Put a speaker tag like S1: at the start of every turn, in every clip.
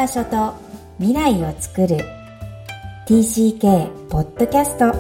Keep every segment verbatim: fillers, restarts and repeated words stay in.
S1: 場所と未来をつくる ティーシーケー ポッドキャスト。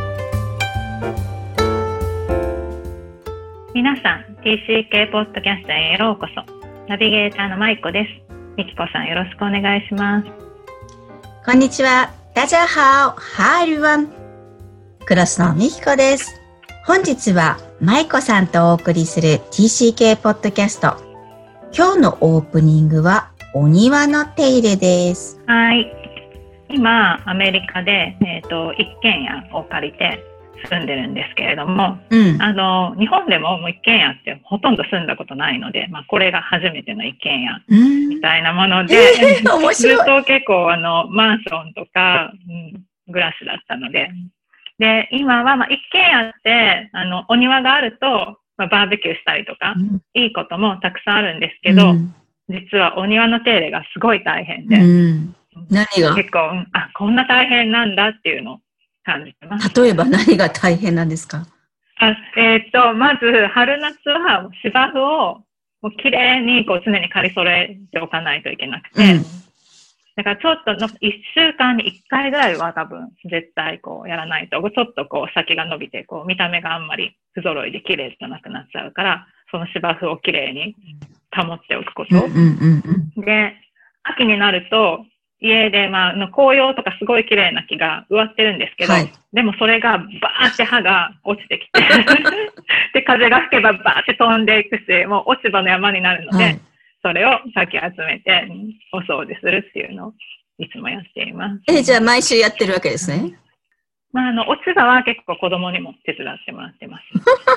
S2: 皆さん ティーシーケー ポッドキャストへようこそ。ナビゲーターのまいこです。みきこさん、よろしくお願いします。
S3: こんにちは。大家好。Hi everyone。クロスのみきこです。本日はまいこさんとお送りする ティーシーケー ポッドキャスト。今日のオープニングはお庭の手入れです。
S2: はい。今アメリカで、えーと、一軒家を借りて住んでるんですけれども、うん、あの日本でももう一軒家ってほとんど住んだことないので、まあ、これが初めての一軒家みたいなもので、
S3: えー、面白い。
S2: ずっと結構あのマンションとか、うん、暮らしだったので、で今はまあ一軒家ってあのお庭があると、まあ、バーベキューしたりとか、うん、いいこともたくさんあるんですけど、うん、実はお庭の手入れがすごい大変で、うん、
S3: 何が
S2: 結構、あ、こんな大変なんだっていうのを感じてます。
S3: 例えば何が大変なんですか？
S2: あ、えー、っとまず春夏は芝生をもうきれいにこう常に刈り揃えておかないといけなくて、うん、だからちょっとのいっしゅうかんにいっかいぐらいは多分絶対こうやらないと、ちょっとこう先が伸びてこう見た目があんまり不揃いで綺麗じゃなくなっちゃうから、その芝生をきれいに保っておくこと、
S3: うんうんうん、
S2: で秋になると家で、まあ、の紅葉とかすごい綺麗な木が植わってるんですけど、はい、でもそれがバーって葉が落ちてきてで風が吹けばバーって飛んでいくし、もう落ち葉の山になるので、はい、それをかき集めてお掃除するっていうのをいつもやっています。
S3: え、じゃあ毎週やってるわけですね。
S2: まあ、あの落ち葉は結構子供にも手伝ってもらってます。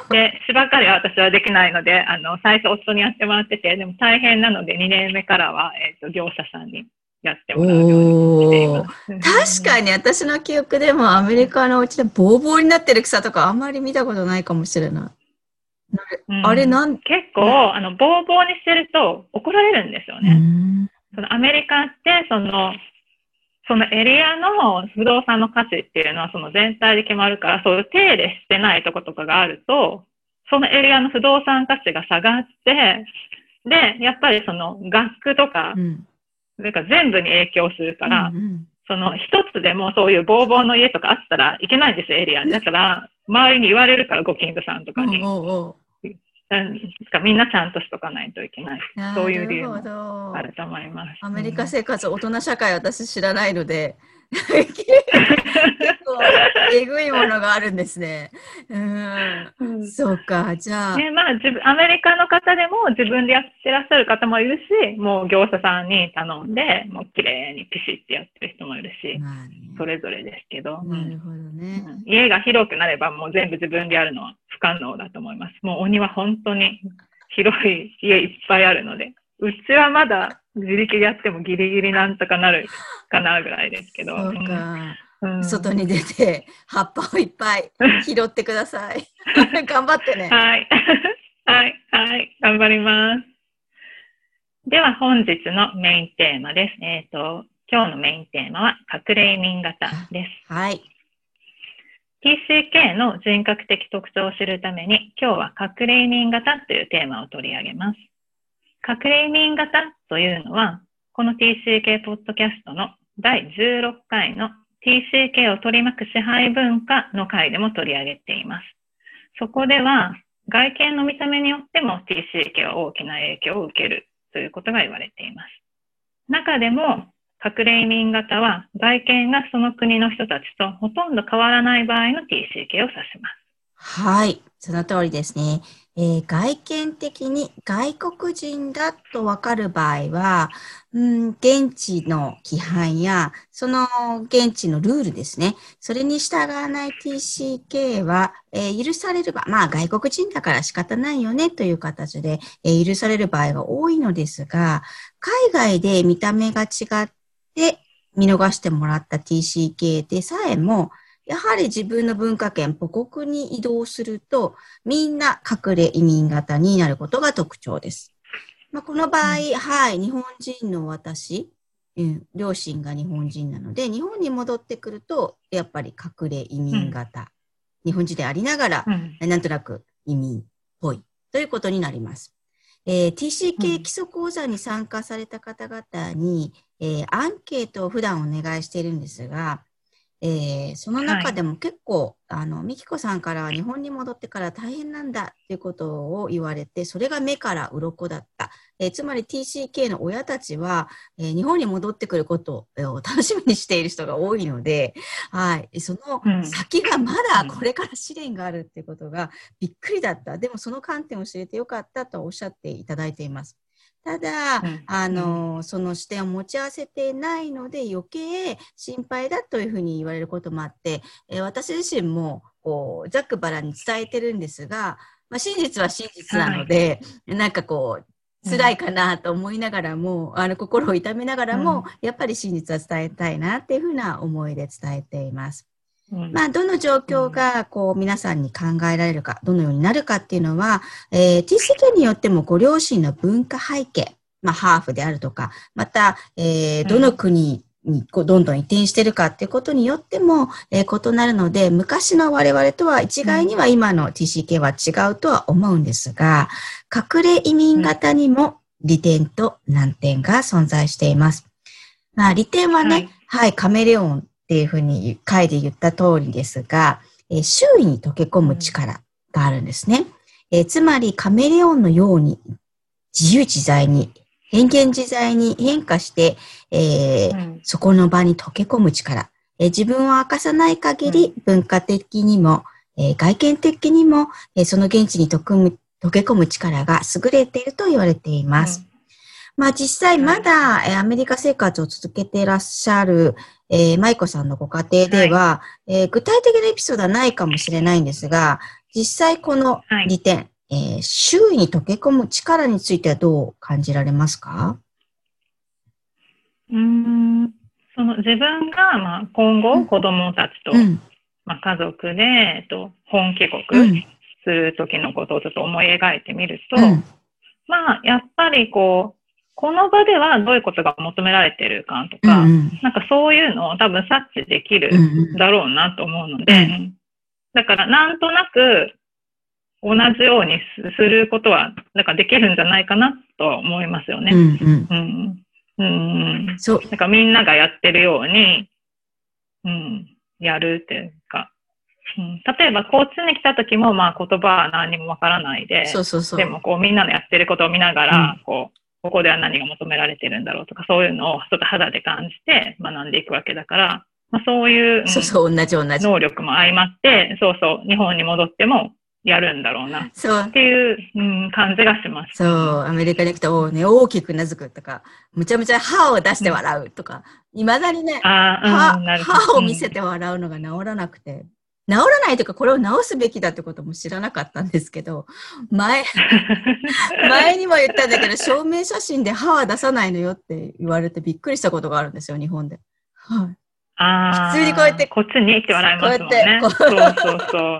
S2: で、芝刈りは私はできないので、あの最初夫にやってもらってて、でも大変なのでにねんめからは、えーと、業者さんにやってもらうようにしています。
S3: 確かに私の記憶でもアメリカのお家でボーボーになってる草とかあんまり見たことないかもしれない。
S2: うん、あれなん結構あのボーボーにしてると怒られるんですよね。そのアメリカってそのそのエリアの不動産の価値っていうのはその全体で決まるから、そういう手入れしてないとことかがあるとそのエリアの不動産価値が下がって、でやっぱりその学区とか、うんなんか全部に影響するから、うんうん、その一つでもそういうボーボーの家とかあったらいけないんですよ、エリアに。だから周りに言われるから、ご近所さんとかに。おうおうみんなちゃんとしとかないといけない。そういう理由もあると思います。
S3: アメリカ生活、大人社会私知らないので結構えぐいものがあるんですね。うん、うん、そうか、じゃあ、
S2: ね、まあ自分アメリカの方でも自分でやってらっしゃる方もいるし、もう業者さんに頼んでもう綺麗にピシッてやってる人もいるし、まあね、それぞれですけど、
S3: なるほどね、
S2: うん、家が広くなればもう全部自分でやるのは不可能だと思います。もうお庭本当に広い家いっぱいあるので、うちはまだ自力でやってもギリギリなんとかなるかなぐらいですけど。
S3: そうか、うん、外に出て葉っぱをいっぱい拾ってください。頑張ってね。
S2: はい。はい。はい。頑張ります。では本日のメインテーマです。えっと、今日のメインテーマは隠れ移民型です。
S3: はい。
S2: ティーシーケー の人格的特徴を知るために、今日は隠れ移民型というテーマを取り上げます。隠れ移民型というのは、この ティーシーケー ポッドキャストのだいじゅうろっかいの ティーシーケー を取り巻く支配文化の回でも取り上げています。そこでは、外見の見た目によっても ティーシーケー は大きな影響を受けるということが言われています。中でも、隠れ移民型は外見がその国の人たちとほとんど変わらない場合の ティーシーケー を指します。
S3: はい、その通りですね。えー、外見的に外国人だとわかる場合は、うん、現地の規範やその現地のルールですね。それに従わない ティーシーケー は、えー、許される場合、まあ外国人だから仕方ないよねという形で、えー、許される場合が多いのですが、海外で見た目が違って見逃してもらった ティーシーケー でさえも、やはり自分の文化圏、母国に移動すると、みんな隠れ移民型になることが特徴です。まあ、この場合、うん、はい、日本人の私、うん、両親が日本人なので、日本に戻ってくると、やっぱり隠れ移民型、うん、日本人でありながら、うん、なんとなく移民っぽいということになります。 えー、ティーシーケー 基礎講座に参加された方々に、えー、アンケートを普段お願いしているんですが、えー、その中でも結構、はい、あの、みきこさんから日本に戻ってから大変なんだっていうことを言われて、それが目から鱗だった。えー、つまり ティーシーケー の親たちは、えー、日本に戻ってくることを楽しみにしている人が多いので、はい。その先がまだこれから試練があるっていうことがびっくりだった。でもその観点を知れてよかったとおっしゃっていただいています。ただ、うん、あの、その視点を持ち合わせてないので余計心配だというふうに言われることもあって、えー、私自身もこうざっくばらんに伝えてるんですが、まあ、真実は真実なので、はい、なんかこう辛いかなと思いながらも、うん、あの心を痛めながらも、うん、やっぱり真実は伝えたいなっていうふうな思いで伝えています。うん、まあ、どの状況が、こう、皆さんに考えられるか、どのようになるかっていうのは、えー、ティーシーケー によってもご両親の文化背景、まあ、ハーフであるとか、また、えー、どの国にこうどんどん移転しているかっていうことによっても、えー、異なるので、昔の我々とは一概には今の ティーシーケー は違うとは思うんですが、隠れ移民型にも利点と難点が存在しています。まあ、利点はね、はい、はい、カメレオンっていうふうに回で言った通りですが、えー、周囲に溶け込む力があるんですね。えー、つまりカメレオンのように自由自在に、変幻自在に変化して、えーうん、そこの場に溶け込む力。えー、自分を明かさない限り、うん、文化的にも、えー、外見的にも、えー、その現地に溶け込む、溶け込む力が優れていると言われています。うん、まあ実際まだ、はい、アメリカ生活を続けていらっしゃる、えー、舞子さんのご家庭では、はいえー、具体的なエピソードはないかもしれないんですが、実際この利点、はいえー、周囲に溶け込む力についてはどう感じられますか？
S2: うーんその自分が、まあ、今後、うん、子供たちと、うんまあ、家族で、えっと、本帰国する時のことをちょっと思い描いてみると、うん、まあやっぱりこうこの場ではどういうことが求められているかとか、うんうん、なんかそういうのを多分察知できるだろうなと思うので、うんうん、だからなんとなく同じようにすることはなんかできるんじゃないかなと思いますよね。うんうんうんうん、そう。なんかみんながやってるように、うん、やるっていうか、うん、例えばこっちに来た時もまあ言葉は何もわからないで、そうそうそうでもこうみんなのやってることを見ながら、うん、こうここでは何が求められてるんだろうとか、そういうのをちょっと肌で感じて学んでいくわけだから、まあ、そういう、うん、そうそう同じ同じ能力も相まって、そうそう日本に戻ってもやるんだろうなっていう、うん、感じがします。
S3: そう、アメリカに来たら、ね、大きくうなずくとか、むちゃむちゃ歯を出して笑うとか、いま、うん、だにね、歯、うん、歯を見せて笑うのが治らなくて、治らないというか、これを治すべきだってことも知らなかったんですけど、前、前にも言ったんだけど、証明写真で歯は出さないのよって言われてびっくりしたことがあるんですよ、日本で。はい。
S2: あ普通にこうやって、こっちにって笑いますもんね。こうやって、そうそうそう。うんうん、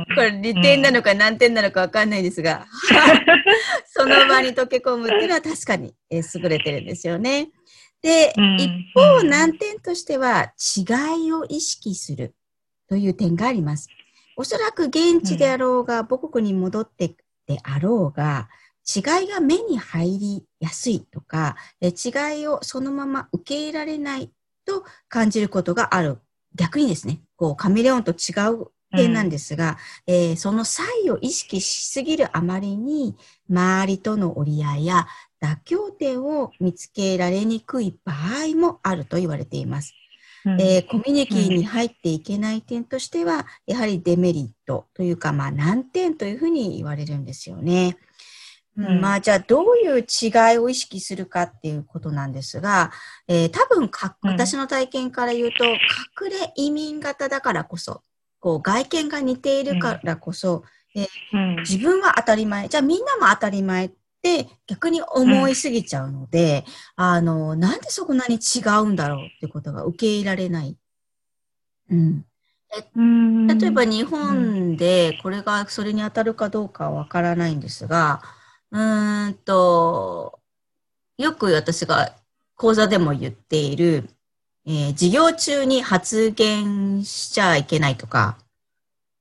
S3: これ利点なのか難点なのかわかんないですが、その場に溶け込むっていうのは確かに優れてるんですよね。で、うん、一方難点としては違いを意識するという点があります。おそらく現地であろうが、うん、母国に戻ってであろうが、違いが目に入りやすいとか、違いをそのまま受け入れられないと感じることがある。逆にですね、こうカメレオンと違う点なんですが、うんえー、その差異を意識しすぎるあまりに、周りとの折り合いや妥協点を見つけられにくい場合もあると言われています。うんえー、コミュニティに入っていけない点としては、やはりデメリットというか、まあ難点というふうに言われるんですよね。うん、まあじゃあどういう違いを意識するかっていうことなんですが、えー、多分か私の体験から言うと、隠れ移民型だからこそ、こう外見が似ているからこそ、うんえー、自分は当たり前、じゃあみんなも当たり前って逆に思いすぎちゃうので、うん、あのなんでそこなに違うんだろうってことが受け入れられない。うんえ例えば日本でこれがそれに当たるかどうかはわからないんですが、うーんと、よく私が講座でも言っている、えー、授業中に発言しちゃいけないとか、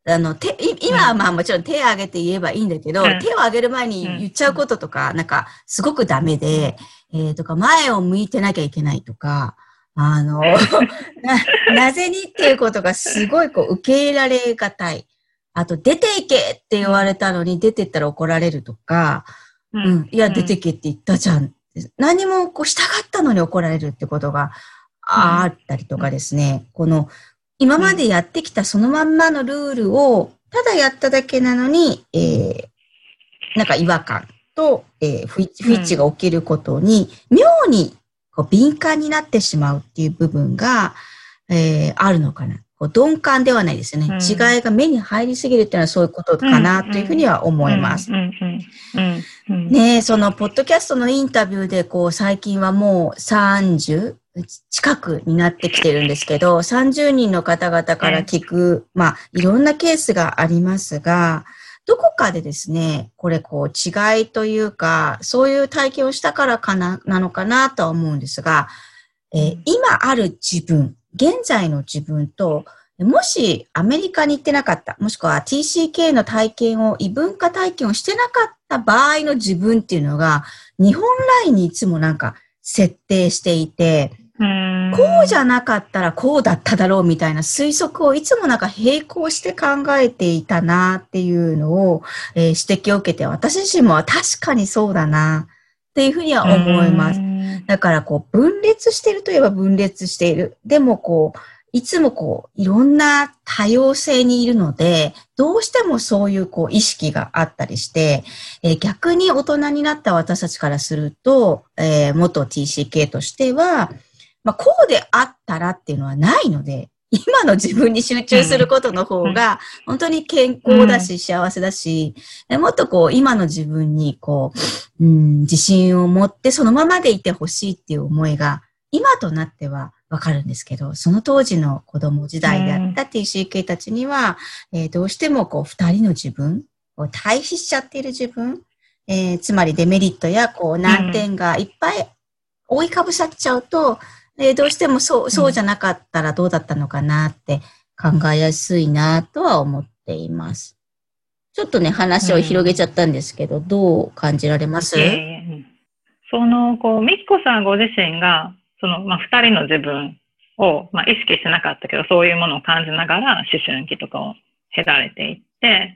S3: あの、手、今はまあもちろん手を挙げて言えばいいんだけど、うん、手を挙げる前に言っちゃうこととか、うん、なんか、すごくダメで、うん、えー、とか、前を向いてなきゃいけないとか、あの、な、なぜにっていうことがすごいこう受け入れられがたい。あと、出ていけって言われたのに、出てったら怒られるとか、うん、うん、いや、出てけって言ったじゃん。何もこう従ったのに怒られるってことがあったりとかですね、この、今までやってきたそのまんまのルールを、ただやっただけなのに、えー、なんか違和感と、えー、不一致が起きることに、妙にこう敏感になってしまうっていう部分が、えー、あるのかな。こう鈍感ではないですね、うん。違いが目に入りすぎるっていうのはそういうことかなというふうには思います。ねえ、そのポッドキャストのインタビューで、こう最近はもうさんじゅう近くになってきてるんですけど、さんじゅうにんの方々から聞く、まあいろんなケースがありますが、どこかでですね、これこう違いというか、そういう体験をしたからかな、なのかなとは思うんですが、えー、今ある自分、現在の自分と、もしアメリカに行ってなかった、もしくは ティーシーケー の体験を、異文化体験をしてなかった場合の自分っていうのが、日本ラインにいつもなんか設定していて、こうじゃなかったらこうだっただろうみたいな推測をいつもなんか並行して考えていたなっていうのを、えー、指摘を受けて、私自身も確かにそうだなっていうふうには思います。だからこう分裂しているといえば分裂している。でもこう、いつもこう、いろんな多様性にいるので、どうしてもそういうこう意識があったりして、えー、逆に大人になった私たちからすると、えー、元 ティーシーケー としては、まあ、こうであったらっていうのはないので、今の自分に集中することの方が、本当に健康だし、幸せだし、もっとこう、今の自分にこう、うん、自信を持ってそのままでいてほしいっていう思いが、今となってはわかるんですけど、その当時の子供時代であった ティーシーケー たちには、えー、どうしてもこう、二人の自分、対比しちゃっている自分、えー、つまりデメリットやこう難点がいっぱい覆いかぶさっちゃうと、えー、どうしてもそう、そうじゃなかったらどうだったのかなって考えやすいなとは思っています。ちょっとね、話を広げちゃったんですけど、うん、どう感じられます？
S2: えー、その、こう、みっこさんご自身が、その、まあ、二人の自分を、まあ、意識してなかったけど、そういうものを感じながら、思春期とかを経られていって、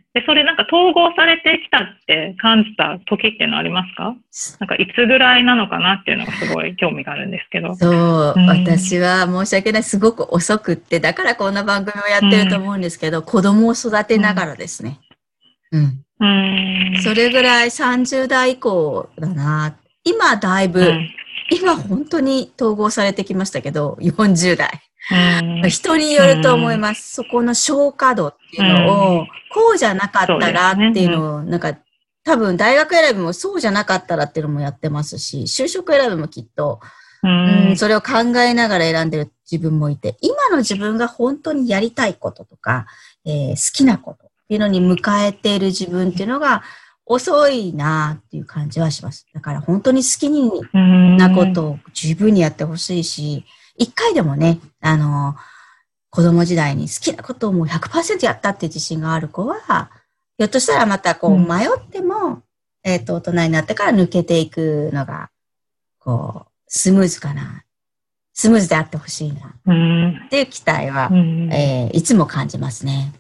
S2: で、それなんか統合されてきたって感じた時っていうのはありますか？なんかいつぐらいなのかなっていうのがすごい興味があるんですけど。
S3: そう、うん、私は申し訳ない。すごく遅くって、だからこんな番組をやってると思うんですけど、うん、子供を育てながらですね。うん。うん、それぐらいさんじゅう代以降だな。今だいぶ、うん、今本当に統合されてきましたけど、よんじゅう代。うん、人によると思います。そこの消化度っていうのを、こうじゃなかったらっていうのを、なんか、多分大学選びもそうじゃなかったらっていうのもやってますし、就職選びもきっと、うん、それを考えながら選んでる自分もいて、今の自分が本当にやりたいこととか、えー、好きなことっていうのに迎えている自分っていうのが遅いなっていう感じはします。だから本当に好きなことを十分にやってほしいし、一回でもね、あの、子供時代に好きなことをもう ひゃくパーセント やったっていう自信がある子は、ひょっとしたらまたこう迷っても、うん、えっと、大人になってから抜けていくのが、こう、スムーズかな。スムーズであってほしいな。うん、っていう期待は、うん、えー、いつも感じますね。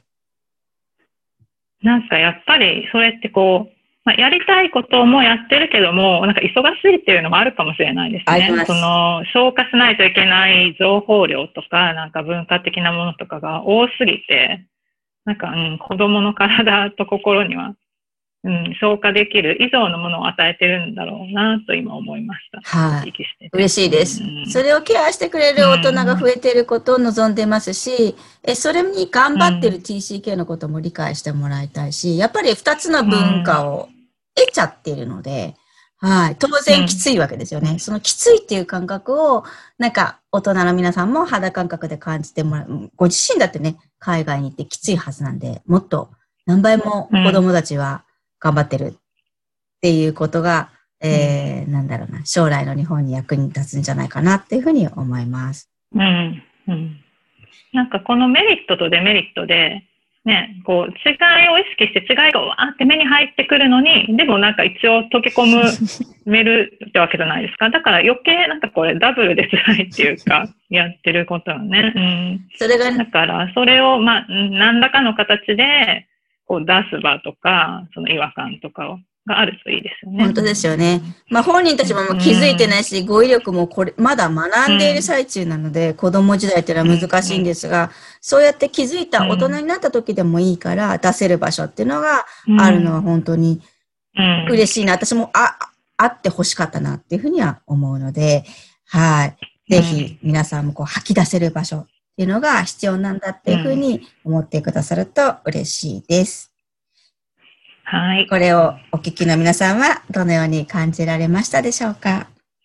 S2: なんかやっぱりそれってこう、まあ、やりたいこともやってるけども、なんか忙しいっていうのもあるかもしれないですね。
S3: あります。
S2: その、消化しないといけない情報量とか、なんか文化的なものとかが多すぎて、なんか、うん、子供の体と心には、うん、消化できる以上のものを与えてるんだろうなと今思いました。
S3: はい、嬉しいです、うん。それをケアしてくれる大人が増えていることを望んでますし、えそれに頑張ってる ティーシーケー のことも理解してもらいたいし、やっぱり二つの文化を得ちゃっているので、はい、当然きついわけですよね。そのきついっていう感覚を、なんか大人の皆さんも肌感覚で感じてもらう。ご自身だってね、海外に行ってきついはずなんで、もっと何倍も子供たちは頑張ってるっていうことが、うん、えー、なんだろうな、将来の日本に役に立つんじゃないかなっていうふうに思います。
S2: うん。うん。なんかこのメリットとデメリットで、 ね、こう、違いを意識して違いがわーって目に入ってくるのに、でもなんか一応溶け込む、めるってわけじゃないですか。だから余計なんかこれダブルで辛いっていうか、やってることはね。うん。それが、だからそれを、まあ、何らかの形で、こう出す場とか、その違和感とかを、があるといいですよね。
S3: 本当ですよね。まあ本人たちも気づいてないし、うん、語彙力もこれ、まだ学んでいる最中なので、うん、子供時代っていうのは難しいんですが、うん、そうやって気づいた大人になった時でもいいから出せる場所っていうのがあるのは本当に嬉しいな。私もあ、あって欲しかったなっていうふうには思うので、はい。ぜひ皆さんもこう吐き出せる場所っていうのが必要なんだっていうふうに思ってくださると嬉しいです。
S2: はい。
S3: これをお聞きの皆さんはどのように感じられましたでしょうか？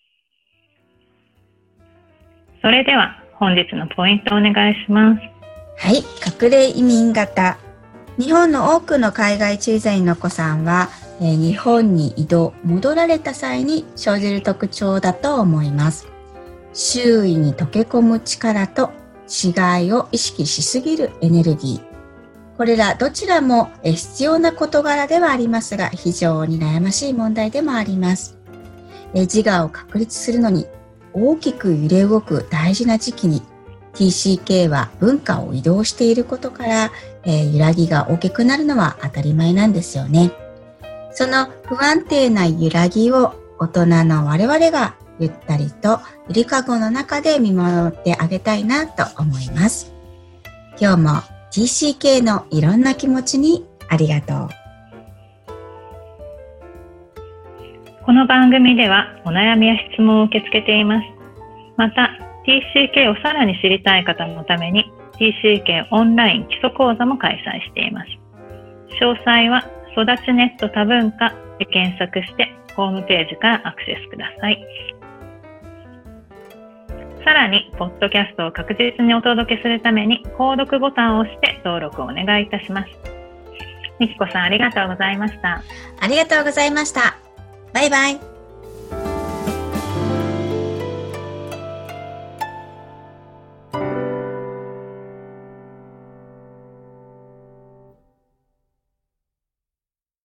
S2: それでは本日のポイントをお願いします。
S3: はい。隠れ移民型。日本の多くの海外駐在員の子さんは、えー、日本に移動、戻られた際に生じる特徴だと思います。周囲に溶け込む力と違いを意識しすぎるエネルギー。これらどちらも必要な事柄ではありますが、非常に悩ましい問題でもあります。自我を確立するのに大きく揺れ動く大事な時期に ティーシーケー は文化を移動していることから、えー、揺らぎが大きくなるのは当たり前なんですよね。その不安定な揺らぎを大人の我々がゆったりとゆりかごの中で見守ってあげたいなと思います。今日もティーシーケー のいろんな気持ちにありがとう。
S2: この番組ではお悩みや質問を受け付けています。また ティーシーケー をさらに知りたい方のために ティーシーケー オンライン基礎講座も開催しています。詳細は育ちネット多文化で検索してホームページからアクセスください。さらに、ポッドキャストを確実にお届けするために、購読ボタンを押して登録をお願いいたします。みきこさん、ありがとうございました。
S3: ありがとうございました。バイバイ。